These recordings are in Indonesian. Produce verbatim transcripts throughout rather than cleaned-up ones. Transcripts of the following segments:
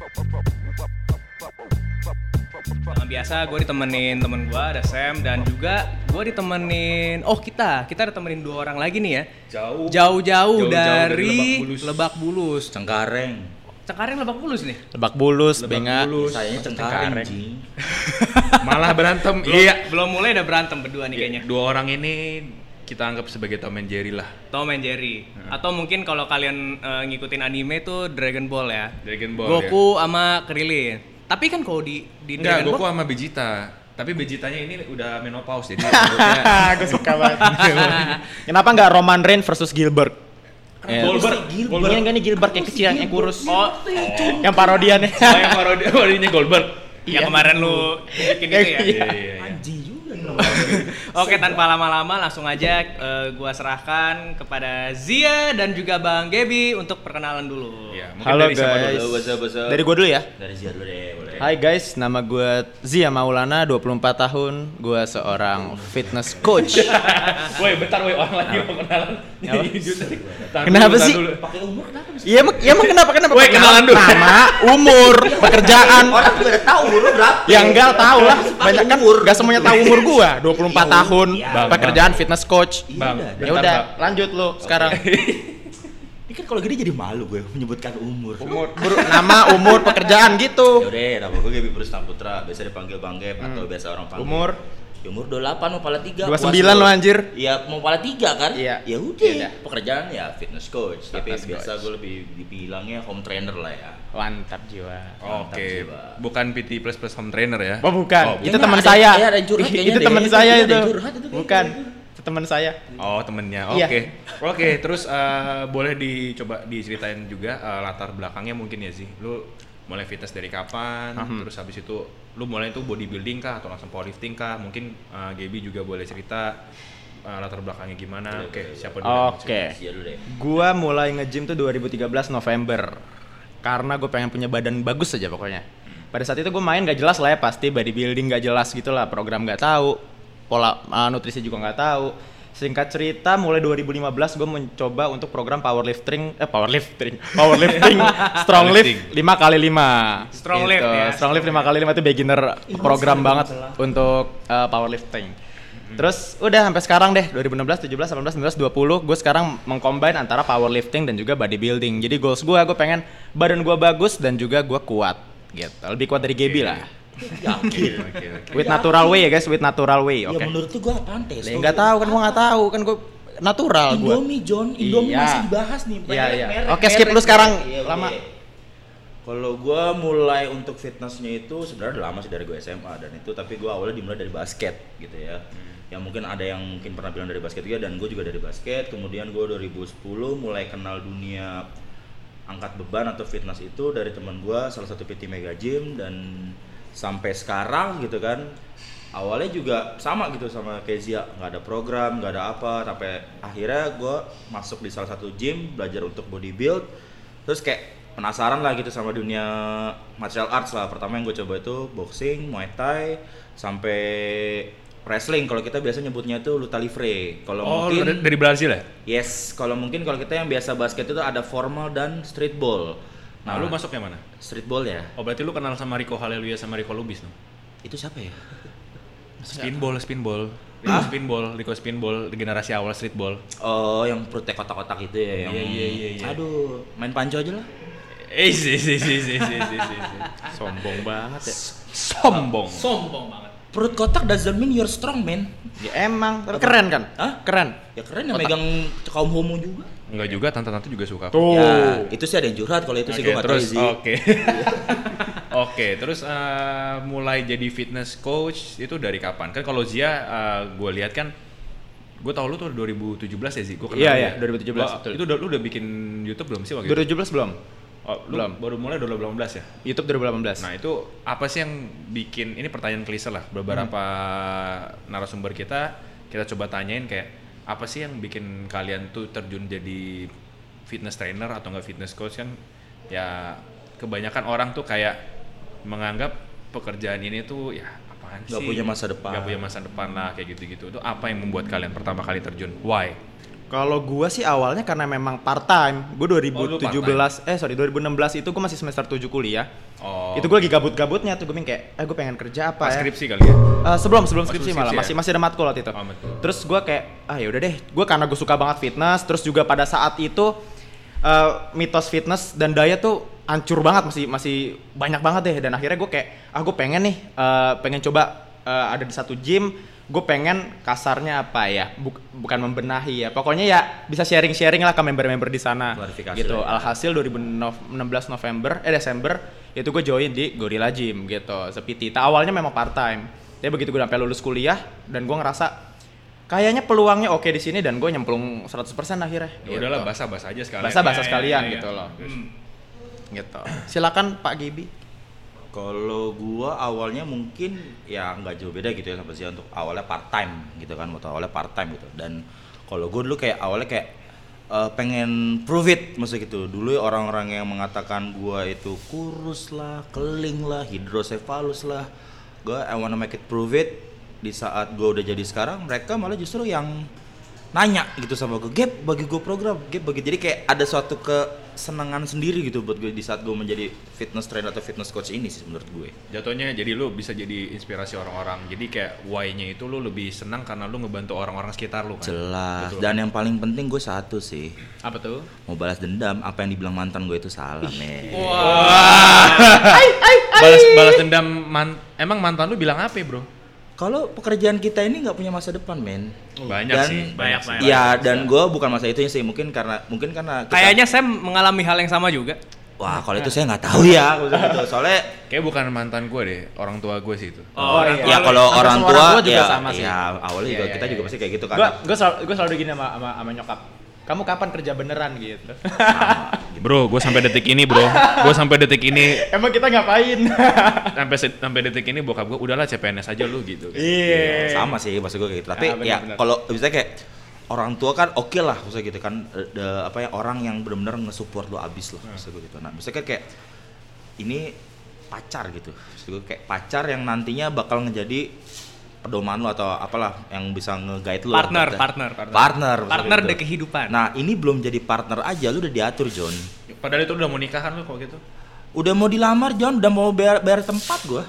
Yang biasa gue ditemenin temen gue ada Sam dan juga gue ditemenin oh kita kita ditemenin dua orang lagi nih ya. Jauh. Jauh-jauh Jauh-jauh dari, dari Lebak Bulus. Lebak Bulus. Cengkareng. Cengkareng Lebak Bulus nih. Lebak Bulus, Lebak Benga. Bulus. Sayanya Cengkareng, Cengkareng. Jing. Malah berantem. Belum, Iya. belum mulai udah berantem berdua nih kayaknya. Dua orang ini kita anggap sebagai Tom and Jerry lah. Tom and Jerry. Atau mungkin kalau kalian uh, ngikutin anime tuh Dragon Ball ya. Dragon Ball. Goku sama Krillin. Tapi kan kalau di di Enggak, Dragon Goku Ball sama Vegeta. Tapi Vegetanya ini udah menopause jadi Gue suka banget. Kenapa nggak Roman Reigns versus Gilbert? Eh, Goldberg. Goldberg. Ini kan ini Gilbert yang kecil yang kurus. oh, Yang parodiannya. Oh, yang parodi parodinya Goldberg. yang kemarin lu bikin itu ya. Iya, iya, iya. Anjing juga nih. Oke, tanpa lama-lama langsung aja uh, gua serahkan kepada Zia dan juga Bang Gebi untuk perkenalan dulu. Iya, mungkin Halo dari siapa guys. dulu? What's up, what's up? Dari gue dulu ya. Dari Zia dulu deh, boleh. Hai guys, nama gue Zia Maulana, dua puluh empat tahun. Gue seorang fitness coach. Woi, bentar woi, orang lagi mau kenalan. Apa? Tahan Kenapa dulu, tahan sih? dulu. Pakai umur kenapa bisa? Iya, emang, iya emang kenapa kenapa? Woi, kenalan dulu. Nama, umur, pekerjaan. Orang juga udah tahu umur lu berapa. Ya enggak tahu lah. Pakai Banyak kan umur. enggak semuanya tahu umur gua. dua puluh empat Iya, tahun, iya. pekerjaan fitness coach. Bang, Iya, Ya bentar, udah, Bang. lanjut lu sekarang. Ini kan kalau gini jadi malu gue menyebutkan umur. Umur, buru- nama, umur, pekerjaan gitu. Yaudah, nama gue Gebi Prusna Putra, biasa dipanggil Bang Gep atau biasa orang panggil. Umur? Ya, umur dua puluh delapan mau pala tiga. dua puluh sembilan lo anjir. Iya, mau pala tiga kan? Iya. Ya Ya udah. udah. Pekerjaan ya fitness coach, tapi Fitness biasa coach. gue lebih dibilangnya home trainer lah ya. Mantap jiwa. Mantap Oke, jiwa. bukan P T plus plus home trainer ya? Oh bukan, Oh, itu Kayaknya teman ada- saya. iya, ada yang curhat kayaknya Itu deh. teman Itu saya ada itu. yang curhat itu kayaknya. Bukan, itu teman saya. Oh, temennya. Iya. Oke. Oke, terus eh, boleh dicoba diceritain juga eh, latar belakangnya mungkin ya sih. Lu mulai fitness dari kapan? Mhm. Terus habis itu lu mulai itu bodybuilding kah atau langsung powerlifting kah? Mungkin eh, Gaby juga boleh cerita eh, latar belakangnya gimana. Boleh, Oke, boleh, siapa dulu? yang mau Oke. cerita? Iya dulu deh. Gua mulai nge-gym tuh dua ribu tiga belas November. Karena gue pengen punya badan bagus aja pokoknya. Pada saat itu gue main gak jelas lah ya, pasti bodybuilding gak jelas gitu lah, program gak tahu, pola uh, nutrisi juga gak tahu. Singkat cerita, mulai dua ribu lima belas gue mencoba untuk program powerlifting, eh powerlifting, powerlifting, strong lift lima kali lima. Strong lift ya. Strong lift lima kali lima itu beginner program banget untuk uh, powerlifting. Terus udah sampai sekarang deh dua ribu enam belas, tujuh belas, delapan belas, sembilan belas, dua puluh gue sekarang mengcombine antara powerlifting dan juga bodybuilding. Jadi goals gue, gue pengen badan gue bagus dan juga gue kuat gitu. Lebih kuat dari Gaby lah. Yakin. Oke, oke. With natural way ya guys, with natural way. Ya Oke. menurut tuh gue apaan tes? Ya enggak tahu kan gue enggak tahu kan gue natural gue. Indomie John, Indomie Iya. masih dibahas nih. Iya, iya. Merek, Oke, merek, skip lu merek. sekarang. Iya, oke. Lama. Kalau gue mulai untuk fitnessnya itu sebenarnya udah lama sih dari gue S M A dan itu, tapi gue awalnya dimulai dari basket gitu ya. Yang mungkin ada yang mungkin pernah bilang dari basket juga, dan gue juga dari basket. Kemudian gue dua ribu sepuluh mulai kenal dunia angkat beban atau fitness itu dari teman gue, salah satu P T Mega Gym, dan sampai sekarang gitu kan. Awalnya juga sama gitu sama kayak Zia, nggak ada program, nggak ada apa, sampai akhirnya gue masuk di salah satu gym belajar untuk bodybuild. Terus kayak penasaran lah gitu sama dunia martial arts lah. Pertama yang gue coba itu boxing, muay thai, sampai wrestling. Kalau kita biasa nyebutnya itu luta livre. Kalau Oh, lu mungkin dari, dari Brazil ya? yes, kalau mungkin kalau kita yang biasa basket itu ada formal dan street ball. Nah, lu masuk yang mana? Street ball ya. Oh, berarti lu kenal sama Rico Haleluya sama Rico Lubis dong? Itu siapa ya? Spinball, spinball. Rico spinball, Rico spinball, generasi awal streetball. Oh, yang perutnya kotak-kotak itu ya, yang Iya, iya, iya, iya. Aduh, main panco aja lah. Eh, sih, sih, sih, sih, sih, sih, sih. Sombong banget ya. Sombong. Sombong banget. Perut kotak doesn't mean you're strong, man. Ya emang, tapi keren kan? Hah? Keren. Ya keren yang megang kaum homo juga. Enggak juga, tante-tante juga suka. Tuh. Ya, itu sih ada yang curhat, kalau itu sih Oke, gue nggak tahu terus sih. oke. Oke, terus eh, mulai jadi fitness coach itu dari kapan? Kan kalau Zia uh, gue lihat kan gue tau lu tuh dua ribu tujuh belas ya sih, gue kenal Iya, lu iya, ya. dua ribu tujuh belas, Wah, betul. itu udah, lu udah bikin YouTube belum sih waktu dua ribu itu? tujuh belas belum? Oh, lu belum. baru mulai dua ribu delapan belas ya? YouTube dua ribu delapan belas. Nah itu apa sih yang bikin, ini pertanyaan klise lah, beberapa narasumber kita, kita coba tanyain kayak apa sih yang bikin kalian tuh terjun jadi fitness trainer atau enggak fitness coach kan? Ya kebanyakan orang tuh kayak menganggap pekerjaan ini tuh ya apaan sih? Nggak punya masa depan. Gak punya masa depan lah kayak gitu-gitu. Itu apa yang membuat kalian pertama kali terjun? Why? Kalau gua sih awalnya karena memang part time. Gua dua ribu tujuh belas Oh, eh sorry dua ribu enam belas itu gua masih semester tujuh kuliah. Oh. Itu gua lagi gabut-gabutnya tuh, gua mikir kayak eh gua pengen kerja apa Pas ya. skripsi kali ya? Eh, sebelum sebelum Oh, skripsi sebelum malah skripsi masih ya? masih ada matkul waktu itu. Oh, betul. Terus gua kayak ah ya udah deh, gua karena gua suka banget fitness, terus juga pada saat itu eh, mitos fitness dan diet tuh hancur banget, masih masih banyak banget deh, dan akhirnya gua kayak ah gua pengen nih eh, pengen coba eh, ada di satu gym. Gue pengen kasarnya apa ya, Buk, bukan membenahi ya, pokoknya ya bisa sharing-sharing lah ke member-member di sana. Klarifikasi Gitu. lah ya. Alhasil dua ribu enam belas November eh Desember itu gue join di Gorilla Gym gitu, seperti itu. Awalnya memang part time, tapi begitu gue sampai lulus kuliah dan gue ngerasa kayaknya peluangnya oke di sini dan gue nyemplung seratus persen akhirnya. Ya udahlah, basah-basah aja sekalian. Basah-basah Ya, ya, sekalian ya, ya. gitu loh. Hmm. Gitu. Silakan Pak Gibi. Kalau gua awalnya mungkin ya nggak jauh beda gitu ya sama sih untuk awalnya part time gitu kan, waktu awalnya part time gitu. Dan kalau gua dulu kayak awalnya kayak eh, pengen prove it, maksudnya gitu. Dulu orang-orang yang mengatakan gua itu kurus lah, keling lah, hidrocephalus lah, gua I wanna make it prove it. Di saat gua udah jadi sekarang, mereka malah justru yang nanya gitu sama gue, Gap bagi gue program, Gap bagi, jadi kayak ada suatu kesenangan sendiri gitu buat gue di saat gue menjadi fitness trainer atau fitness coach ini sih menurut gue. Jatuhnya jadi lu bisa jadi inspirasi orang-orang. Jadi kayak why-nya itu lu lebih senang karena lu ngebantu orang-orang sekitar lu kan. Jelas. Betul. Dan yang paling penting gue satu sih, Apa tuh? mau balas dendam. Apa yang dibilang mantan gue itu salah, men. balas balas dendam man, emang mantan lu bilang apa ya, bro? Kalau pekerjaan kita ini nggak punya masa depan, men. Banyak Dan- sih, banyak, banyak. Ya, dan gue bukan masa itunya sih, mungkin karena mungkin karena kita- Kayaknya Sam mengalami hal yang sama juga. wah kalau itu saya nggak tahu ya, maksudnya gitu. Soalnya Kayak bukan mantan gue deh, orang tua gue sih itu. Oh, iya. ya kalau Hampir orang semua tua orang tua juga ya, sama sih. ya awalnya juga Iya, kita iya, juga iya. pasti kayak gitu kan. Gue gue selalu gue selalu gini sama, sama sama nyokap. Kamu kapan kerja beneran gitu? Bro, gue sampai detik ini, bro. Gue sampai detik ini Emang kita ngapain? sampai se- sampai detik ini bokap gue udahlah C P N S aja lu gitu. Kan. Iya. sama sih maksud gue kayak gitu. Tapi Ah, benar, ya benar. kalau misalnya kayak orang tua kan oke lah maksudnya gitu kan, eh, de- apa ya, orang yang benar-benar nge-support lo abis lah maksud gue gitu. Nah, misalnya kan kayak ini pacar gitu. Maksud gue kayak pacar yang nantinya bakal ngejadi pedoman lo atau apalah yang bisa nge-guide lo. Partner, lah, partner, partner, partner. maksudnya Partner gitu. di kehidupan. Nah, ini belum jadi partner aja lu udah diatur, John. Padahal itu udah mau nikahan lu kok gitu. Udah mau dilamar, John, udah mau bayar, bayar tempat gua.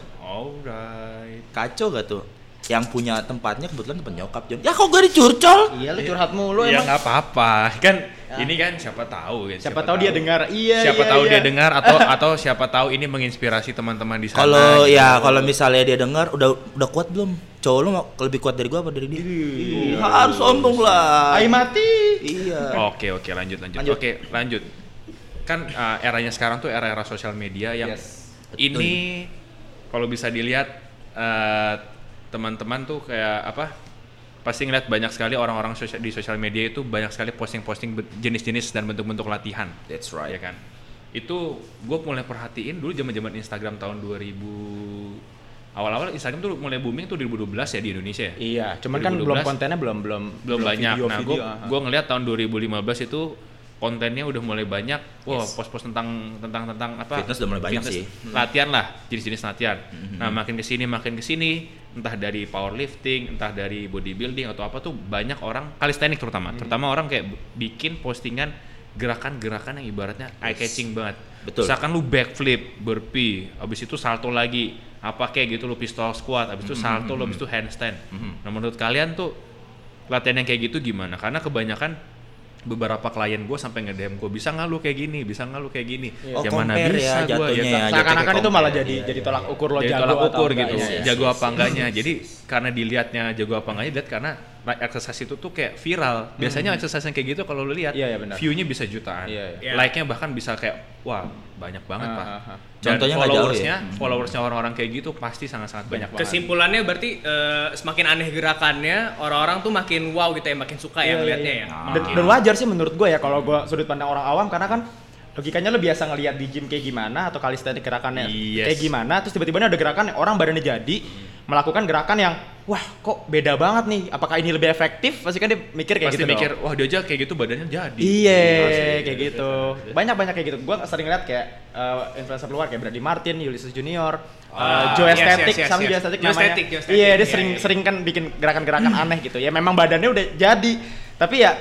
Alright. Kacau gak tuh? Yang punya tempatnya kebetulan tempat nyokap, John. Ya kok gak dicurcol? Iya, lu curhat mulu Ya emang. nggak apa-apa. Kan ini kan siapa tahu kan. Siapa tahu dia dengar. Iya, Siapa iya, tahu iya. dia dengar atau atau siapa tahu ini menginspirasi teman-teman di sana. Kalau gitu. ya kalau misalnya dia dengar udah udah kuat belum? Cowok lu mau lebih kuat dari gua apa dari dia? Ih, harus sombong lah. Ai mati. Iya. Oke oke lanjut lanjut. Lanjut. Oke lanjut. Kan uh, eranya sekarang tuh era-era sosial media yang Yes. ini kalau bisa dilihat uh, teman-teman tuh kayak apa? Pasti ngeliat banyak sekali orang-orang sosial, di sosial media itu banyak sekali posting-posting be- jenis-jenis dan bentuk-bentuk latihan. That's Ya right. kan? Itu gue mulai perhatiin dulu zaman-zaman Instagram tahun dua ribu awal-awal Instagram tuh mulai booming tuh dua ribu dua belas ya di Indonesia ya. Iya, cuman kan dua ribu dua belum belas kontennya belum belum belum banyak. video, nah, video, gue aha. gue ngeliat tahun dua ribu lima belas itu kontennya udah mulai banyak. Wah, Yes. post-post tentang tentang tentang apa? Fitness udah mulai banyak Fitness, sih. Latihan lah, jenis-jenis latihan. Mhm. Nah, makin kesini makin kesini, entah dari powerlifting, entah dari bodybuilding atau apa tuh banyak orang calisthenics terutama, terutama orang kayak b- bikin postingan gerakan-gerakan yang ibaratnya eye catching banget. Betul. Misalkan lu backflip, burpee, habis itu salto lagi, apa kayak gitu lu pistol squat, habis itu salto, lu habis itu handstand. Mhm. Nah, menurut kalian tuh latihan yang kayak gitu gimana? Karena kebanyakan beberapa klien gue sampai nge-D M gue, bisa nggak lu kayak gini, bisa nggak lu kayak gini. Oh, Yang mana compare bisa ya gue jatuhnya ya. kan? Seakan-akan itu malah compare, jadi iya, jadi iya. tolak ukur lo Jadi jago tolak atau ukur enggak. gitu, Iya, iya. jago apa enggaknya. Jadi karena dilihatnya jago apa enggaknya, dilihat karena exercise itu tuh kayak viral. Biasanya exercise yang kayak gitu kalau lu lihat, Iya, iya, benar. view-nya bisa jutaan, Iya, iya. like-nya bahkan bisa kayak wah banyak banget Ah, pak. ah, ah. Dan Contohnya nggak jauh followersnya, ya? followersnya orang-orang kayak gitu pasti sangat-sangat banyak banget. Kesimpulannya berarti eh, semakin aneh gerakannya, orang-orang tuh makin wow gitu ya, makin suka ya Iya, melihatnya iya. ya. Dan, dan wajar sih menurut gue ya kalau gue sudut pandang orang awam, karena kan logikanya lo biasa ngelihat di gym kayak gimana atau calisthenics gerakannya Yes. kayak gimana, terus tiba-tiba ada gerakan yang orang badannya jadi melakukan gerakan yang wah kok beda banget nih, apakah ini lebih efektif? Pasti kan dia mikir kayak Pasti gitu mikir, dong. wah dia aja kayak gitu badannya jadi. Iya, sih. kayak gitu. Banyak-banyak kayak gitu. Gua sering lihat kayak uh, influencer luar kayak Brady Martin, Ulysses Junior, uh, Ah, Joe yes, Estetik, yes, yes, sama yes. Joe Estetik Joe namanya. Estetik, Joe Estetik. Iya, dia Iya, sering iya. sering kan bikin gerakan-gerakan aneh gitu. Ya memang badannya udah jadi. Tapi ya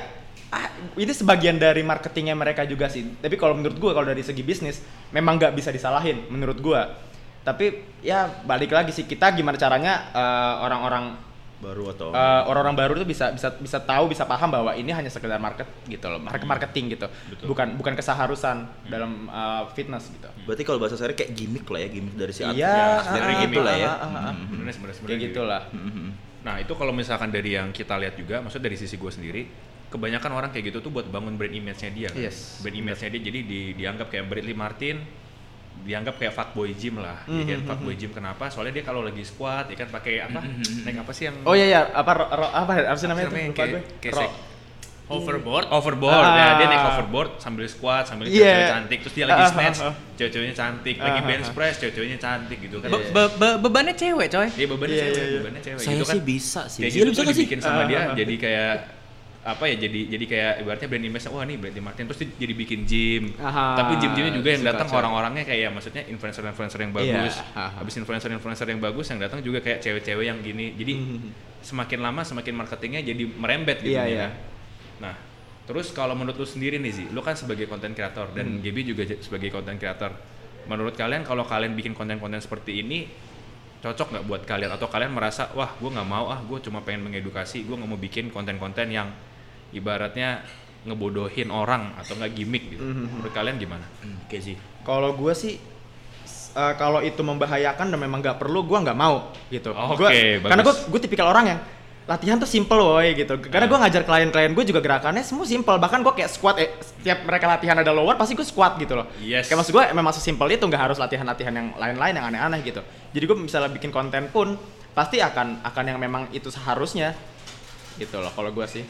ah, ini sebagian dari marketingnya mereka juga sih. Tapi kalau menurut gue, kalau dari segi bisnis memang nggak bisa disalahin menurut gue. Tapi ya balik lagi sih, kita gimana caranya uh, orang-orang baru atau uh, orang-orang baru itu bisa bisa bisa tahu, bisa paham bahwa ini hanya sekedar market gitu loh, market marketing gitu. Betul. Bukan bukan keseharusan hmm. dalam uh, fitness gitu. Berarti kalau bahasa saya kayak gimmick lah ya, gimmick dari si Iya, atlet. Ya, Sebenarnya ah, gitu lah ya. ah, ah, ah, ah. Mhm. Sebenarnya sebenarnya Kayak gitu. gitulah. Mhm. Nah itu kalau misalkan dari yang kita lihat juga, maksudnya dari sisi gue sendiri, kebanyakan orang kayak gitu tuh buat bangun brand image-nya dia kan. Yes. Brand image-nya dia jadi di, dianggap kayak Bradley Martin, dianggap kayak fuckboy gym lah. Mm-hmm. Ya kan fuckboy gym kenapa? Soalnya dia kalau lagi squat, ya kan pakai apa? Mm-hmm. Naik apa sih yang Oh iya iya, apa ro, ro, apa apa sih namanya? namanya Tuh, lupa kayak, gue. kayak Ro- sek- Overboard. overboard Ah. ya, dia naik overboard sambil squat sambil Iya. cewek-cewek cantik, terus dia lagi Ah, snatch, ah, ah. cewek-ceweknya cantik, lagi Ah, bench ah, ah. press, cewek-ceweknya cantik gitu kan. Be- be- be- bebannya cewek coy. Iya bebannya Iya, cewek, iya, iya. bebannya cewek Saya gitu kan. sih bisa sih. Kayak Iya, gitu lu bisa tuh nggak sih? dibikin sama dia Ah, ah, ah. jadi kayak apa ya, jadi jadi kayak ibaratnya brand image, wah nih Bradley Martin, terus dia jadi bikin gym. Aha, Tapi gym-gymnya juga yang suka datang cewek. orang-orangnya kayak ya, maksudnya influencer-influencer yang bagus. Iya, aha. Habis influencer-influencer yang bagus yang datang juga kayak cewek-cewek yang gini. Jadi Mhm. semakin lama semakin marketingnya jadi merembet gitu Iya, ya iya. kan. Nah, terus kalau menurut lu sendiri nih Zi, lu kan sebagai content creator dan Hmm. Gaby juga j- sebagai content creator. Menurut kalian kalau kalian bikin konten-konten seperti ini cocok nggak buat kalian, atau kalian merasa wah gue nggak mau, ah gue cuma pengen mengedukasi, gue nggak mau bikin konten-konten yang ibaratnya ngebodohin orang atau nggak gimmick gitu. Mhm. Menurut kalian gimana? Hmm, Oke sih. Kalau gue sih s- uh, kalau itu membahayakan dan memang nggak perlu, gue nggak mau gitu. Oke, Gua- bagus. Karena gue gue tipikal orang yang latihan tuh simple woy gitu. Karena Ah. gue ngajar klien-klien gue juga gerakannya semua simple. Bahkan gue kayak squat, eh, setiap mereka latihan ada lower pasti gue squat gitu loh. Yes. Kayak maksud gue memang sesimpel itu, nggak harus latihan-latihan yang lain-lain yang aneh-aneh gitu. Jadi gue misalnya bikin konten pun pasti akan akan yang memang itu seharusnya gitu loh kalau gue sih.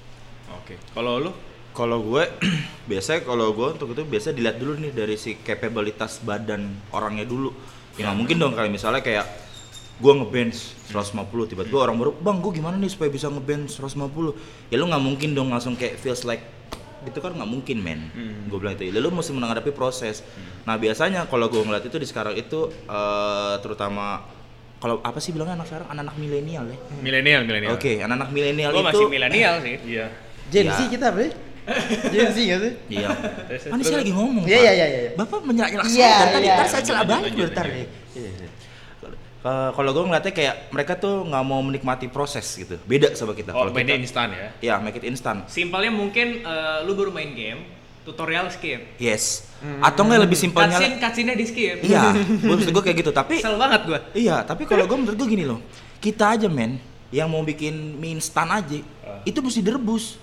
Oke. Kalau lu? Kalau gue biasanya kalau gue untuk itu biasa dilihat dulu nih dari si capabilitas badan orangnya dulu. Ya nggak mungkin dong kalau misalnya kayak gue ngebench seratus lima puluh, tiba-tiba orang baru, bang gue gimana nih supaya bisa ngebench seratus lima puluh? Ya lu nggak mungkin dong langsung kayak feels like gitu kan, nggak mungkin men. Hmm. Gue bilang itu, ya, lu mesti menghadapi proses. Nah biasanya kalau gue ngeliat itu di sekarang itu eh, terutama kalau apa sih bilangnya anak sekarang, anak-anak milenial ya. Milenial, milenial. Oke, anak-anak milenial Gue itu masih milenial sih. Iya. Gen Ya. Z kita apa? Gen Z nggak sih? Iya. Terus, Kan terus. saya lagi ngomong. Iya, Pak. iya, iya, iya. Bapak menyalahkan Iya, saya tadi, iya. ntar saya celah Lanjut, balik lanjut, bentar lanjut. nih. Iya, iya. Kalau- Kalau gue ngeliatnya kayak mereka tuh nggak mau menikmati proses gitu. Beda sama kita. Oh, Kalau mainnya kita, instan ya. ya make it instan. Simpelnya mungkin eh, lu baru main game, tutorial skip. Yes. Atau nggak lebih simpelnya? Cutscene, cutscene-nya di skip. Iya. Gue maksud gue kayak gitu. Tapi Kesel banget gue. iya. Tapi kalau gue menurut gue gini loh. Kita aja men yang mau bikin mie instan aja itu mesti direbus.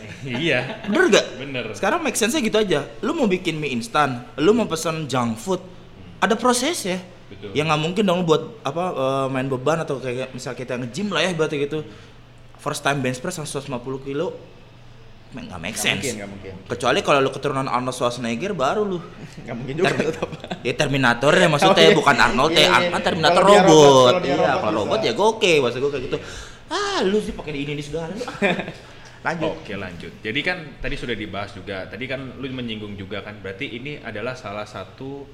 Iya. Bener gak? Bener. Sekarang make sense-nya gitu aja. Lu mau bikin mie instan, lu mau pesen junk food, ada prosesnya. Betul. Ya nggak mungkin dong lu buat apa eh, main beban atau kayak misal kita nge-gym lah ya berarti gitu. First time bench press seratus lima puluh kilo nggak make Nggak sense. mungkin, nggak mungkin. Kecuali kalau lu keturunan Arnold Schwarzenegger baru lu. Nggak mungkin juga Termi- tetap. Ya Terminator ya maksudnya Oh, iya. bukan Arnold Iya, ya, iya. kan Terminator Kalau dia robot. robot, kalau dia Iya, robot kalau bisa. robot ya gue oke, maksud gue kayak gitu. Ah, lu sih pakai ini ini segala lu. Lanjut. Oke lanjut. Jadi kan tadi sudah dibahas juga. Tadi kan lu menyinggung juga kan. Berarti ini adalah salah satu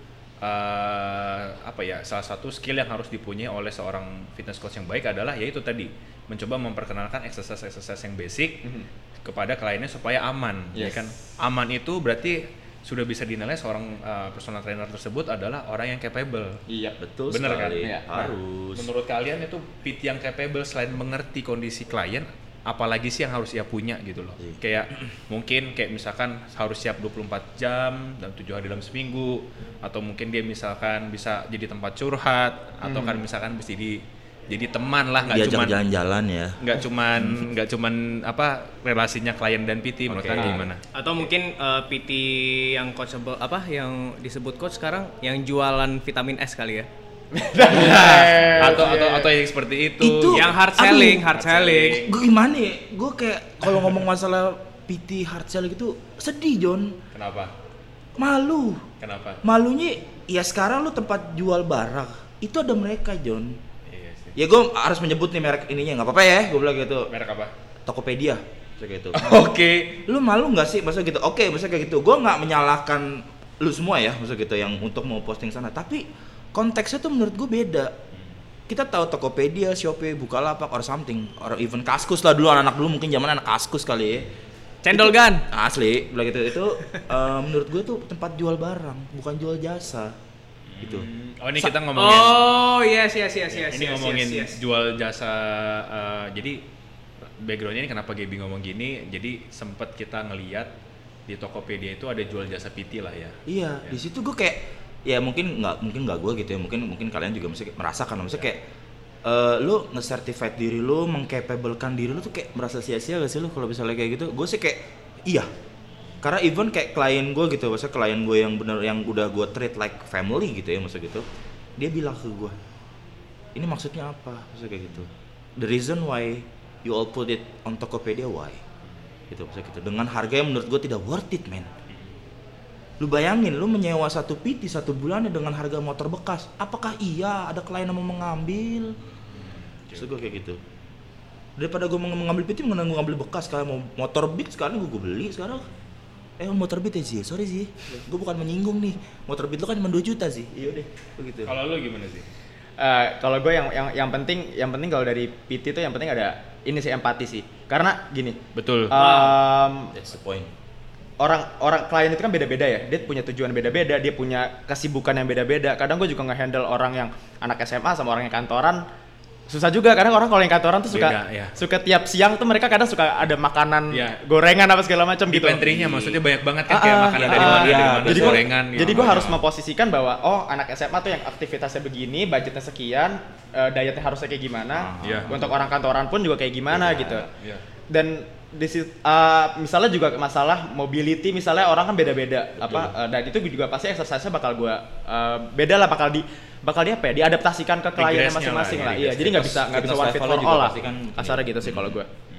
eh, apa ya? Salah satu skill yang harus dipunyai oleh seorang fitness coach yang baik adalah yaitu tadi mencoba memperkenalkan exercise-exercise yang basic kepada kliennya supaya aman. Ya Yes. kan? Aman itu berarti sudah bisa dinilai seorang eh, personal trainer tersebut adalah orang yang capable. Iya, Betul Bener kan? sekali. Iya. Harus. Menurut kalian itu P T yang capable selain mengerti kondisi klien, apalagi sih yang harus ia punya gitu loh. Iya. Kayak mungkin kayak misalkan harus siap dua puluh empat jam dan tujuh hari dalam seminggu, atau mungkin dia misalkan bisa jadi tempat curhat, atau kan misalkan bisa jadi jadi teman lah, nggak Diajak cuman jalan-jalan ya. nggak cuman nggak cuman apa relasinya klien dan P T. Menurut Oke. kalian gimana? Atau mungkin eh, P T yang coachable apa yang disebut coach sekarang yang jualan vitamin S kali ya. atau atau atau yang seperti itu. Itu yang hard aduh, selling, hard hard selling. Gue gimana ya? Gue kayak kalau ngomong masalah P T hard sell gitu sedih John. Kenapa? Malu. Kenapa? Malunya ya sekarang lu tempat jual barang itu ada mereka John. Iya sih. Ya gue harus menyebut nih merek ininya nggak apa-apa ya, gue bilang gitu. Merek apa? Tokopedia kayak gitu. Oke. Lu malu nggak sih maksudnya gitu? Oke, maksudnya kayak gitu. Gue nggak menyalahkan lu semua ya, maksudnya gitu yang untuk mau posting sana. Tapi konteksnya tuh menurut gue beda. Kita tahu Tokopedia, Shopee, Bukalapak, or something, or even Kaskus lah dulu, anak-anak dulu mungkin zaman anak Kaskus kali ya. Cendol Gan. Asli, bilang gitu. Itu uh, menurut gue tuh tempat jual barang, bukan jual jasa. Gitu. Oh ini kita ngomongin. Oh yes yes yes yes. Ini yes, ngomongin yes, yes. jual jasa. Uh, jadi backgroundnya ini kenapa Gaby ngomong gini? Jadi sempet kita ngeliat di Tokopedia itu ada jual jasa P T lah ya. Iya, ya. Di situ gue kayak ya mungkin nggak mungkin nggak gue gitu ya. Mungkin mungkin kalian juga mesti merasakan, maksudnya kayak uh, lu nge-certified diri lu, meng-capablekan diri lu tuh kayak merasa sia-sia gak sih lu kalau misalnya kayak gitu? Gue sih kayak iya. Karena even kayak klien gue gitu, maksudnya klien gue yang bener yang udah gue treat like family gitu ya, maksud gitu, dia bilang ke gue, ini maksudnya apa, maksudnya kayak gitu. The reason why you all put it on Tokopedia, why? Gitu, maksudnya gitu. Dengan harga yang menurut gue tidak worth it, man. Lu bayangin, lu menyewa satu P T satu bulannya dengan harga motor bekas. Apakah iya ada klien yang mau mengambil? Maksud gue kayak gitu. Daripada gue mau mengambil P T, mending gue ngambil bekas. Kalau mau motor beat sekarang gue beli sekarang. Eh motor beat ya sih, sorry sih, gue bukan menyinggung nih. Motor beat lu kan cuma dua juta sih, iya deh, begitu. Kalau lu gimana sih? Uh, kalau gue yang yang yang penting yang penting kalau dari P T itu yang penting ada ini sih empati sih. Karena gini. Betul. Um, That's the point. Orang orang klien itu kan beda-beda ya. Dia punya tujuan beda-beda, dia punya kesibukan yang beda-beda. Kadang gue juga nge-handle orang yang anak S M A sama orang yang kantoran. Susah juga, kadang orang kalau yang kantoran tuh suka Beda, ya. suka tiap siang tuh mereka kadang suka ada makanan ya. gorengan apa segala macam Di gitu. pantry-nya maksudnya banyak banget kan, Ah, kayak ah, makanan ah, dari mana, iya. dari mana, Jadi gua- gorengan. Jadi gitu. gue harus memposisikan bahwa oh anak S M A tuh yang aktivitasnya begini, budgetnya sekian, uh, dietnya harusnya kayak gimana. Iya. Untuk orang kantoran pun juga kayak gimana gitu. Iya. Dan di sit- uh, misalnya juga masalah mobility, misalnya orang kan beda-beda apa uh, dan itu juga pasti exercise-nya bakal gue uh, beda lah, bakal di bakal dia apa ya diadaptasikan ke kliennya Digress-nya masing-masing lah, lah, ya, iya, jadi nggak bisa nggak bisa one fit for all lah, kasarnya gitu sih kalau gue.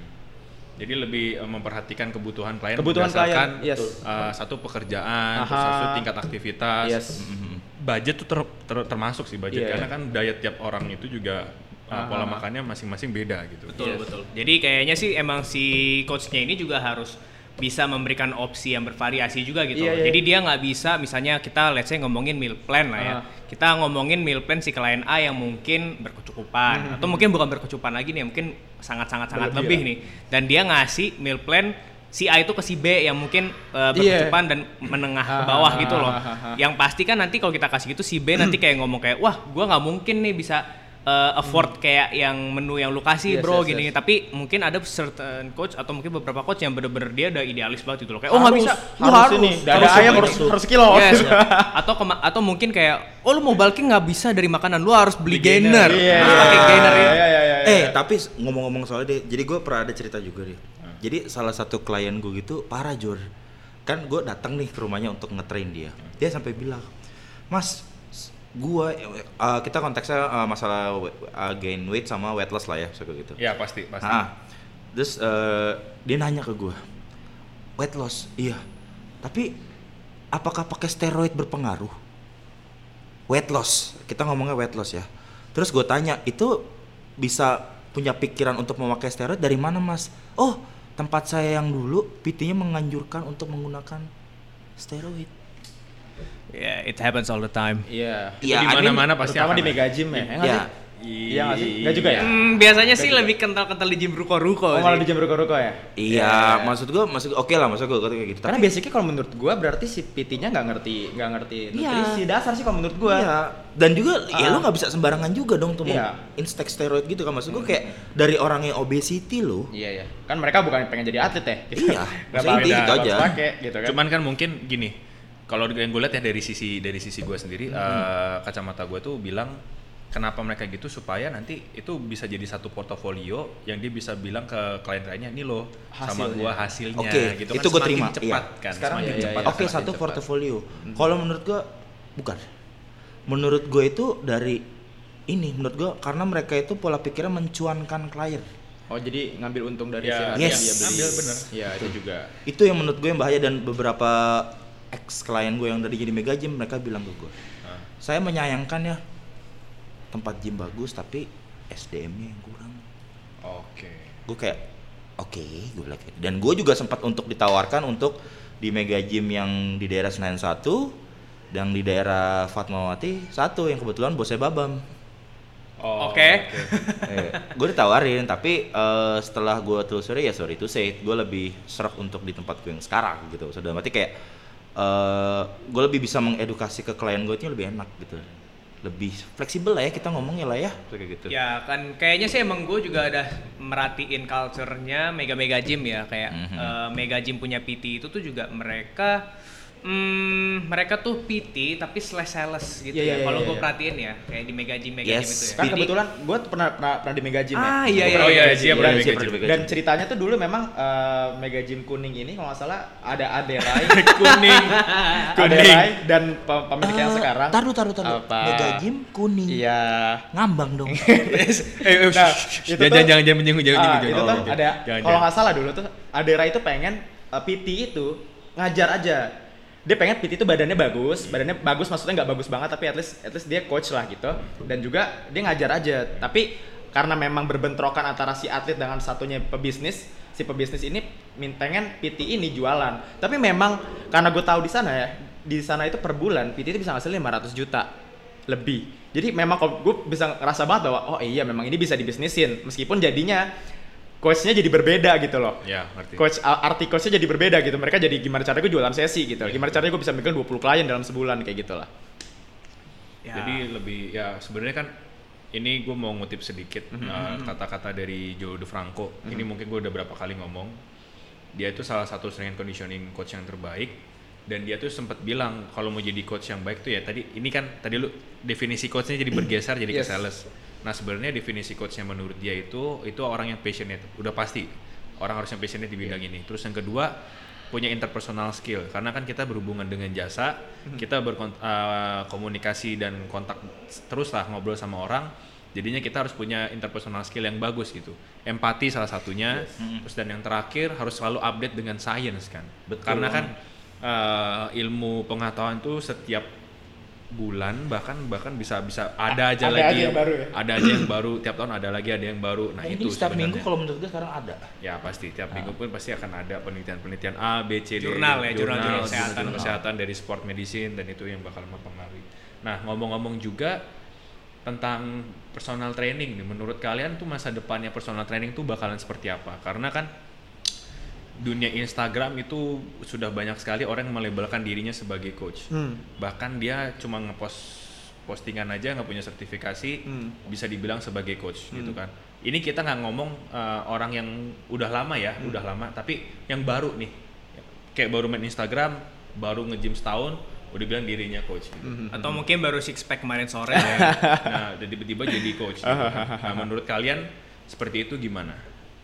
Jadi lebih uh, memperhatikan kebutuhan klien Kebutuhan berdasarkan klien, yes. uh, satu pekerjaan, Aha. terus satu tingkat aktivitas. Yes. Mhm. Budget tuh ter- ter- termasuk sih budget, Iya. karena kan diet tiap orang itu juga uh, Aha. pola makannya masing-masing beda gitu. Betul Yes. betul. Jadi kayaknya sih emang si coachnya ini juga harus bisa memberikan opsi yang bervariasi juga gitu. Iya, loh. iya. Jadi dia nggak bisa misalnya kita let's say ngomongin meal plan lah ya. Ah. Kita ngomongin meal plan si klien A yang mungkin berkecukupan Hmm. atau mungkin bukan berkecukupan lagi nih, mungkin sangat-sangat sangat Berlebih lebih lah. nih. Dan dia ngasih meal plan si A itu ke si B yang mungkin uh, Iya. berkecukupan dan menengah ke Ah, bawah ah, gitu loh. ah, ah, ah. Yang pasti kan nanti kalau kita kasih gitu si B nanti kayak ngomong kayak wah gua nggak mungkin nih bisa uh, afford kayak yang menu yang lu kasih Yes, bro yes, gini. yes. Tapi mungkin ada certain coach atau mungkin beberapa coach yang bener-bener dia udah idealis banget gitu loh. Kayak oh nggak Harus, bisa, lu harus harus ini, dada harus ayam seperti harus itu. harus kilo. Yes. atau kema- atau mungkin kayak oh lu mau bulking nggak bisa dari makanan, lu harus beli Beli gainer. gainer. Iya. Lu pakai gainer ya. Iya, iya, iya, iya. Eh tapi ngomong-ngomong soal deh, jadi gue pernah ada cerita juga deh. Jadi salah satu klien gue gitu parah Jor. Kan gue datang nih ke rumahnya untuk ngetrain dia. Dia sampai bilang, Mas, gue uh, kita konteksnya uh, masalah uh, gain weight sama weight loss lah ya, seperti gitu. Ya pasti pasti. Ah, terus uh, dia nanya ke gue, weight loss, iya. Tapi apakah pakai steroid berpengaruh? Weight loss, kita ngomongnya weight loss ya. Terus gue tanya, itu bisa punya pikiran untuk memakai steroid dari mana mas? Oh, tempat saya yang dulu P T-nya menganjurkan untuk menggunakan steroid. Yeah, it happens all the time. Iya. Itu Iya, di I mean, mana-mana pasti Terutama akan di ada. Mega Gym ya. Ya nggak Iya. sih? Iya nggak sih? Nggak juga ya? Hmm, biasanya sih Beda. lebih kental-kental di gym ruko-ruko Oh sih. malah di jam ruko-ruko ya? Iya, maksud gue, maksud oke lah, maksud gue kayak gitu. Karena Tapi basicnya kalau menurut gua berarti si P T-nya nggak ngerti nggak ngerti Iya. nutrisi dasar sih kalau menurut gua. iya. Dan juga ya Ah. lu nggak bisa sembarangan juga dong tuh mau Iya. instek steroid gitu kan, maksud gue kayak dari orang yang obesity lo. Iya ya. Kan mereka bukan pengen jadi atlet ya. Iya, Nggak maksudnya apa-apa, itu harus aja. pakai, gitu kan. Cuman kan mungkin gini, kalau yang gue lihat ya dari sisi dari sisi gue sendiri, eh, kacamata gue tuh bilang kenapa mereka gitu supaya nanti itu bisa jadi satu portofolio yang dia bisa bilang ke klien-kliennya, nih loh sama Hasilnya. gue hasilnya Oke, gitu itu kan, gua semakin terima, cepat iya. kan, Sekarang semakin iya, iya, cepat. iya. Oke, semakin satu cepat. portofolio. Kalau menurut gua bukan. Menurut gua itu dari ini, menurut gua karena mereka itu pola pikirnya mencuankan klien. Oh jadi ngambil untung dari Ya, si yes. yang dia beli. Ambil, bener. Iya itu juga. Itu yang menurut gue yang bahaya, dan beberapa ex klien gue yang dari jadi Mega Gym mereka bilang ke gue, Ah. saya menyayangkan ya tempat gym bagus tapi S D M-nya yang kurang. Oke. Gue kayak oke, gue bilang gitu. Dan gue juga sempat untuk ditawarkan untuk di Mega Gym yang di daerah Senayan satu dan di daerah Fatmawati satu yang kebetulan bosnya Babam. Oh, Oke. eh, gue ditawarin tapi eh, setelah gue telusuri ya sorry to say gue lebih serak untuk di tempat gue yang sekarang gitu. Sudah berarti kayak eh gue lebih bisa mengedukasi ke klien gue itu lebih enak gitu, lebih fleksibel lah ya kita ngomongnya lah ya kayak gitu. Ya kan kayaknya sih emang gue juga ada merhatiin culture-nya Mega Mega Gym ya kayak Mhm. eh, Mega Gym punya P T itu tuh juga mereka hmm, mereka tuh P T tapi slash sales gitu Iya, ya. iya, Kalau iya, gue iya. perhatiin ya kayak di Mega Gym Mega Yes. Gym itu ya. Kan P T. kebetulan gue pernah, pernah pernah di Mega Gym Ah, ya. iya, iya, Oh iya, iya, dia iya, pernah iya, Mega pernah Gym. di Mega Dan Gym. ceritanya tuh dulu memang eh, Mega Gym kuning ini kalau nggak salah ada Aderai, Kuning. Aderai dan pe- pemilik yang Eh, sekarang. Taruh taruh taruh. Apa? Mega Gym kuning. Iya. Ngambang dong. Eh, eh, Nah, shh, itu jangan, tuh- jangan jangan menyinggung jangan Ah, menyinggung, itu jangan tuh menyinggung. ada Jangan, kalau jangan. nggak salah dulu tuh Adera itu pengen uh, P T itu ngajar aja. Dia pengen P T itu badannya bagus, badannya bagus maksudnya nggak bagus banget tapi at least at least dia coach lah gitu. Dan juga dia ngajar aja. Tapi karena memang berbentrokan antara si atlet dengan satunya pebisnis, si pebisnis ini min- pengen P T ini jualan. Tapi memang karena gue tahu di sana ya, di sana itu per bulan P T itu bisa ngasilin lima ratus juta lebih. Jadi memang kalau gue bisa ngerasa banget bahwa oh iya memang ini bisa dibisnisin meskipun jadinya coachnya jadi berbeda gitu loh. Ya, ngerti. Coach arti coachnya jadi berbeda gitu. Mereka jadi gimana caranya gue jualan sesi gitu. Gimana caranya gue bisa megang dua puluh klien dalam sebulan kayak gitulah. Ya. Jadi lebih ya sebenarnya kan ini gue mau ngutip sedikit Mhm, uh, kata-kata dari Joe DeFranco. Ini mungkin gue udah berapa kali ngomong. Dia itu salah satu strength and conditioning coach yang terbaik dan dia tuh sempat bilang kalau mau jadi coach yang baik tuh ya tadi ini kan tadi lu definisi coachnya jadi bergeser jadi ke Yes. sales. Nah sebenarnya definisi coachnya menurut dia itu itu orang yang passionate, udah pasti orang harus yang passionate di bidang ini. Terus yang kedua punya interpersonal skill karena kan kita berhubungan dengan jasa, kita berkomunikasi dan kontak terus lah ngobrol sama orang. Jadinya kita harus punya interpersonal skill yang bagus gitu. Empati salah satunya. Terus dan yang terakhir harus selalu update dengan science kan. Betul. Karena kan uh, ilmu pengetahuan tuh setiap bulan bahkan bahkan bisa bisa ada aja Ada lagi aja yang baru ya? ada aja yang baru tiap tahun ada lagi ada yang baru. Nah Mungkin itu setiap sebenarnya. minggu kalau menurut gue sekarang ada. Ya pasti tiap minggu pun pasti akan ada penelitian-penelitian A, B, C, D, Jurnal ya, jurnal-jurnal kesehatan. jurnal kesehatan dari sport medicine dan itu yang bakal mempengaruhi. Nah ngomong-ngomong juga tentang personal training nih, menurut kalian tuh masa depannya personal training tuh bakalan seperti apa? Karena kan dunia Instagram itu sudah banyak sekali orang yang melabelkan dirinya sebagai coach. Hmm. Bahkan dia cuma ngepost postingan aja nggak punya sertifikasi Hmm. bisa dibilang sebagai coach gitu kan. Ini kita nggak ngomong uh, orang yang udah lama ya, udah lama, tapi yang baru nih, kayak baru main Instagram, baru nge-gym setahun, udah bilang dirinya coach. Gitu. Atau mungkin baru six pack kemarin sore ya. Nah, dan tiba-tiba jadi coach. Gitu kan. Nah, menurut kalian seperti itu gimana?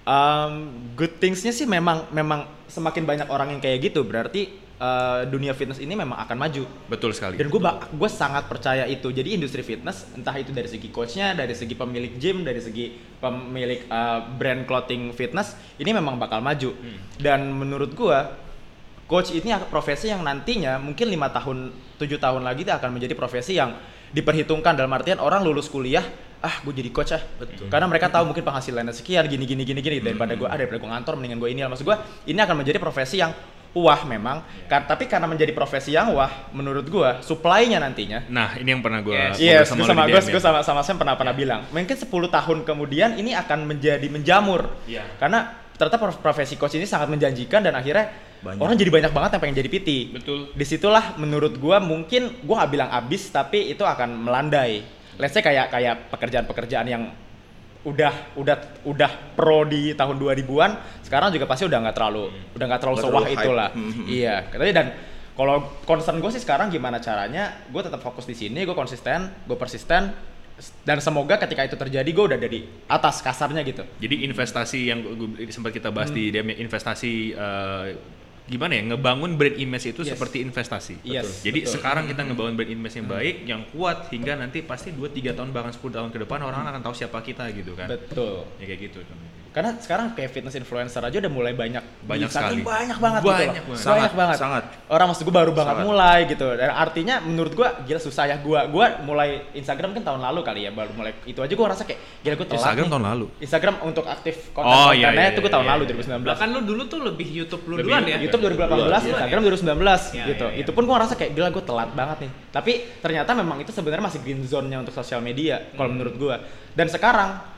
Um, good things-nya sih memang memang semakin banyak orang yang kayak gitu berarti uh, dunia fitness ini memang akan maju. Betul sekali. Dan gue gue sangat percaya itu. Jadi industri fitness entah itu dari segi coachnya, dari segi pemilik gym, dari segi pemilik uh, brand clothing fitness ini memang bakal maju. Hmm. Dan menurut gue coach ini profesi yang nantinya mungkin lima tahun, tujuh tahun lagi itu akan menjadi profesi yang diperhitungkan dalam artian orang lulus kuliah ah gue jadi coach ah. Betul. Karena mereka tahu mungkin penghasilannya sekian gini gini gini gini daripada gue ah daripada gue ngantor mendingan gue ini. Maksud gue ini akan menjadi profesi yang wah memang. Ka- tapi karena menjadi profesi yang wah menurut gue supply-nya nantinya. Nah, ini yang pernah gue Yes. Yes, sama gue lu sama di gue D M ya. gue sama sama Sam pernah pernah bilang mungkin sepuluh tahun kemudian ini akan menjadi menjamur. Iya. Karena ternyata prof- profesi coach ini sangat menjanjikan dan akhirnya Banyak. orang jadi banyak banget yang pengen jadi P T. Betul. Disitulah menurut gue mungkin gue nggak bilang abis tapi itu akan melandai. Let's say kayak kayak pekerjaan-pekerjaan yang udah udah udah pro di tahun dua ribuan sekarang juga pasti udah nggak terlalu udah nggak terlalu Nggak sewah terlalu hype. itulah. Mhm. Iya, katanya dan kalau concern gue sih sekarang gimana caranya gue tetap fokus di sini, gue konsisten, gue persisten dan semoga ketika itu terjadi gue udah dari atas kasarnya gitu. Jadi investasi yang gua- sempat kita bahas di D M ya, investasi eh, gimana ya ngebangun brand image itu Yes. seperti investasi. Yes, Jadi betul. sekarang kita ngebangun brand image yang baik, yang kuat hingga nanti pasti dua tiga tahun bahkan sepuluh tahun ke depan orang akan tahu siapa kita gitu kan. Betul. Ya kayak gitu. Karena sekarang kayak fitness influencer aja udah mulai banyak Banyak di Instagram, sekali. banyak banget Banyak gitu loh. banget. banyak Sangat, banget sangat. Orang maksud gue baru banget Sangat. mulai gitu. Dan artinya menurut gue gila susah ya gue gue mulai Instagram kan tahun lalu kali ya, baru mulai itu aja gue ngerasa kayak gila gue telat Instagram nih. tahun lalu. Instagram untuk aktif Oh, konten-kontennya iya, iya, itu gue tahun iya, lalu iya. dua ribu sembilan belas. Bahkan lu dulu tuh lebih YouTube lu Lebih duluan ya. YouTube dua ribu delapan belas, Duluan, Instagram ya? dua ribu sembilan belas Iya, gitu. iya, iya. Itu pun gue ngerasa kayak gila gue telat banget nih. Tapi ternyata memang itu sebenarnya masih green zone-nya untuk sosial media kalau Hmm. menurut gue. Dan sekarang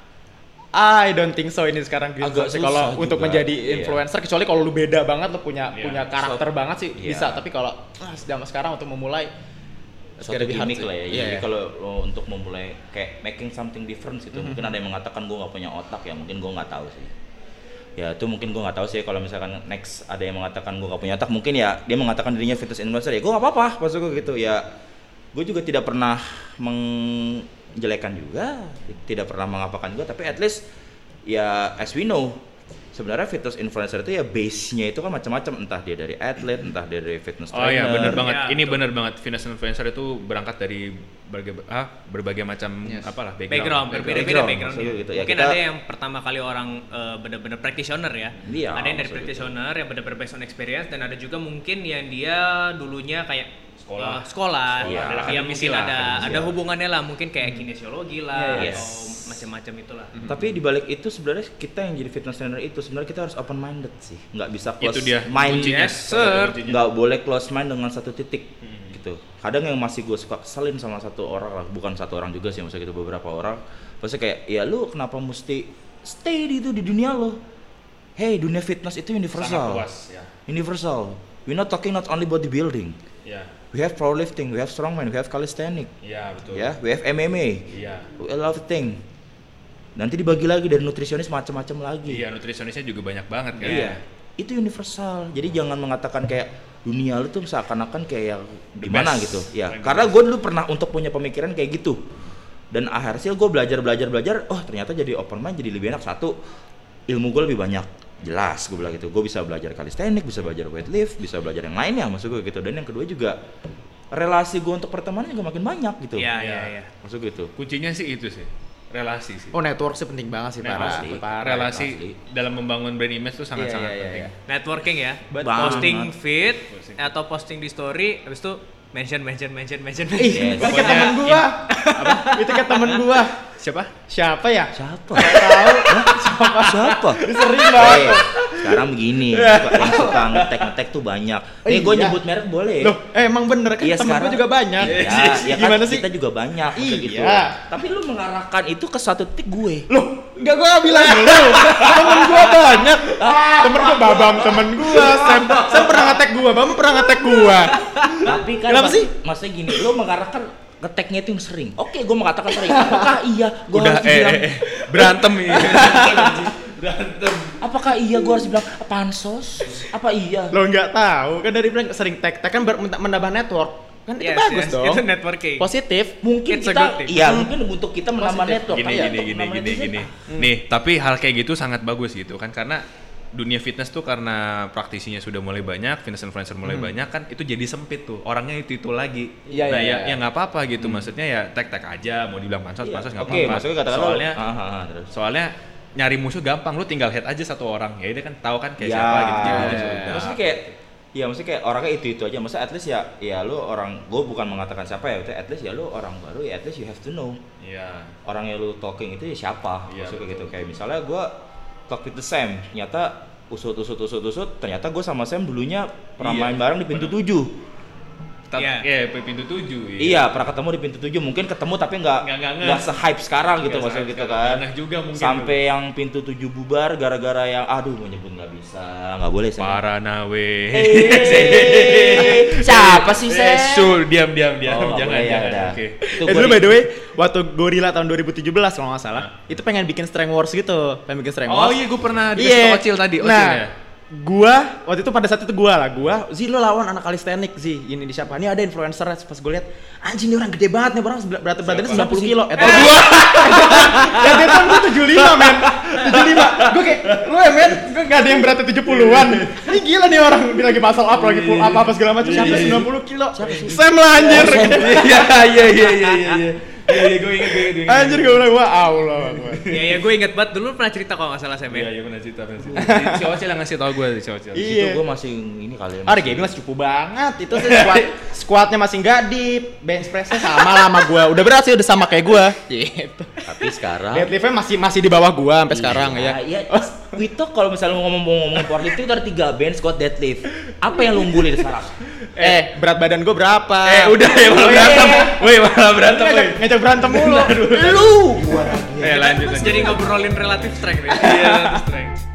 I don't think so ini sekarang green Agak zone sih susah kalau juga, untuk menjadi iya. influencer, kecuali kalau lu beda banget, lu punya Iya. punya karakter So- banget sih iya. bisa. Tapi kalau ah, zaman sekarang untuk memulai Suatu gotta be hard gimmick sih. lah ya. Iya, Jadi iya. kalau lo untuk memulai kayak making something different gitu, Mhm. mungkin ada yang mengatakan gue nggak punya otak ya, mungkin gue nggak tahu sih. Ya itu mungkin gue nggak tahu sih kalau misalkan next ada yang mengatakan gue nggak punya otak, mungkin ya dia mengatakan dirinya fitness influencer ya gue nggak apa-apa, maksud gue gitu ya. Gue juga tidak pernah menjelekan juga, tidak pernah mengapakan juga, tapi at least ya as we know sebenarnya fitness influencer itu ya base-nya itu kan macam-macam, entah dia dari atlet, entah dia dari fitness Oh trainer. iya benar banget. Iya, Ini betul. benar banget. Fitness influencer itu berangkat dari berbagai ah, berbagai macam Yes. apalah Background, berbeda-beda Background, background. maksudnya gitu. Ya, Mungkin kita- ada yang pertama kali orang eh, benar-benar practitioner ya. Iya, ada yang dari maksudnya practitioner yang benar-benar based on experience, dan ada juga mungkin yang dia dulunya kayak Sekolah. eh, sekolah. Iya. Ada Akademisi mungkin lah, ada akademisi ada lah. hubungannya lah, mungkin kayak kinesiologi lah Iya, atau yes. macam-macam itulah. Tapi di balik itu sebenarnya kita yang jadi fitness trainer itu sebenarnya kita harus open minded sih, nggak bisa close Itu dia mind. kuncinya. Yes, sir. Kuncinya. Nggak boleh close mind dengan satu titik gitu. Kadang yang masih gue suka keselin sama satu orang lah, bukan satu orang juga sih, maksudnya gitu beberapa orang. Pasti kayak ya lu kenapa mesti stay di itu di dunia lo? Hey, dunia fitness itu Sangat universal. luas ya. Universal. We're not talking not only bodybuilding. Ya. We have powerlifting, we have strongman, we have calisthenics, Iya betul. ya, we have M M A, Iya. we have a lot of thing. Nanti dibagi lagi dari nutrisionis macam-macam lagi. Iya, nutrisionisnya juga banyak banget kan. Iya. Itu universal. Jadi jangan mengatakan kayak dunia lu tuh seakan-akan kayak yang The gimana best. gitu. Ya, Paling karena the gue dulu pernah untuk punya pemikiran kayak gitu. Dan akhirnya gue belajar belajar belajar, oh ternyata jadi open mind jadi lebih enak. Satu, ilmu gue lebih banyak. Jelas gue bilang gitu. Gue bisa belajar calisthenics, bisa belajar weightlifting, bisa belajar yang lainnya maksud gue gitu. Dan yang kedua juga relasi gue untuk pertemanan juga makin banyak gitu. Iya, Iya. iya, iya. Maksud gue gitu. Kuncinya sih itu sih. Relasi sih. oh network sih penting banget sih Nah, parah. asli. Parah. relasi asli. dalam membangun brand image tuh sangat-sangat Iya, iya, iya, penting. iya. Networking ya. Betul. Posting Banget. feed Posting. atau posting di story, habis itu mention mention mention mention. Ih, Yes. itu kayak temen gua. Apa? Itu kayak temen gua. Siapa? Siapa ya? Siapa? Gak tahu. Siapa? Siapa? Dia sering banget. Eh, sekarang begini, yang suka ngetek-ngetek tuh banyak. Nih gue Iya. nyebut merek boleh. Loh, eh, emang bener kan Iya, temen sekarang- gua juga banyak. Ya, ya kan Gimana sih? kita juga banyak maksud Iya. gitu. Tapi lu mengarahkan itu ke satu titik gue. Loh, enggak gua nggak bilang lu. Temen gua banyak. Temen gua Babam, temen gua. Sam, Sam pernah ngetek gua, Babam pernah ngetek gua. Tapi kan Kenapa mak- sih? Maksudnya gini, lu mengarahkan ngeteknya itu yang sering. Oke, gue mengatakan sering. Apakah iya gue Udah harus eh, bilang? eh, eh, berantem ini. Apakah iya gue harus bilang pansos? Apa iya? Lo nggak tahu kan dari bilang sering tag-tag kan ber- menambah network. Kan itu Yes, bagus yes, dong. itu networking. Positif. Mungkin It's a kita, good thing. iya Hmm. mungkin untuk kita menambah Positif. network. gini tapi gini untuk gini menambah gini netizen, gini. ah. Nih, tapi hal kayak gitu sangat bagus gitu kan karena dunia fitness tuh karena praktisinya sudah mulai banyak, fitness influencer mulai banyak kan itu jadi sempit tuh. Orangnya itu itu lagi. Iya, nah, iya, ya iya. ya nggak apa-apa gitu. Maksudnya ya tag-tag aja mau dibilang pansos, Iya. pansos nggak Oke, apa-apa. maksudnya katakan soalnya ah, ah, ah, terus. soalnya nyari musuh gampang, lu tinggal head aja satu orang. Ya dia kan tahu kan kayak Ya, siapa gitu. Jadi iya, udah iya. sudah. maksudnya kayak ya maksudnya kayak orangnya itu itu aja. Maksudnya at least ya ya lu orang, gue bukan mengatakan siapa ya, maksudnya at least ya lu orang baru ya, at least you have to know Iya. orang yang lu talking itu ya siapa. Iya, Maksudnya kayak gitu, betul. kayak misalnya gue talk with the Sam, ternyata usut usut usut usut ternyata gue sama Sam dulunya pernah Iya, main bareng di pintu benar. tujuh. Tat- Iya. Iya, pintu tujuh. Iya, pernah ketemu di pintu tujuh. Mungkin ketemu tapi nggak Nggak- nggak ngeh. nggak se-hype sekarang gitu, Nggak maksudnya se-hype gitu sekarang. kan. Nggak ngeh juga mungkin Sampai yang pintu tujuh bubar gara-gara yang aduh mau nyebut nggak bisa, nggak boleh Sam. Paranawe. Eh, siapa sih Sam? Sul, diam diam diam. Oh, jangan boleh, ya jangan. udah. Oke. Itu Eh gua dulu di- by the way, waktu Gorilla tahun dua ribu tujuh belas kalau nggak salah, itu pengen bikin Strength Wars gitu, pengen bikin Strength Oh Wars. iya, gue pernah Iya. dikasih tau Ocil tadi, Ocil Nah, ya. gua waktu itu pada saat itu gua lah, gua Zi lo lawan anak kalistenik Zi, ini di siapa? Ini ada influencer pas gue lihat, anjing ini orang gede banget nih, orang sebelah- berat badannya sembilan puluh kilo. Eh, tau gua. Ya dia kan gua tujuh puluh lima men. tujuh puluh lima. Gua kayak, lu ya men, gua enggak ada yang beratnya tujuh puluhan. Ini gila nih orang, dia lagi muscle up, lagi pull up apa segala macam. Siapa sembilan puluh kilo? Sam lah anjir. Iya iya iya iya iya. Iya iya gue inget gue inget. Anjir gue bilang wah Allah. Iya iya gue inget banget dulu pernah cerita kalau nggak salah Sam Iya ya. iya pernah cerita pernah cerita. Si Ocel yang ngasih tau gue si Ocel. Iya. Itu gue masih ini kali ya. Ah, gaming masih cupu banget. Itu sih squad squadnya masih nggak deep, bench pressnya sama lah sama gua. Udah berat sih, udah sama kayak gua. Gitu. Tapi sekarang Deadliftnya masih masih di bawah gua sampai sekarang ya. Iya, Wito kalau misalnya mau ngomong-ngomong powerlifting itu ada tiga bench squat deadlift. Apa yang lu unggulin sekarang? Eh, berat badan gua berapa? Eh udah ya malah berantem. Woi malah berantem woi. Ngajak, ngajak berantem mulu. Lu gua Eh lanjut lanjut. Jadi ngobrolin relatif strength nih. Iya, relatif strength.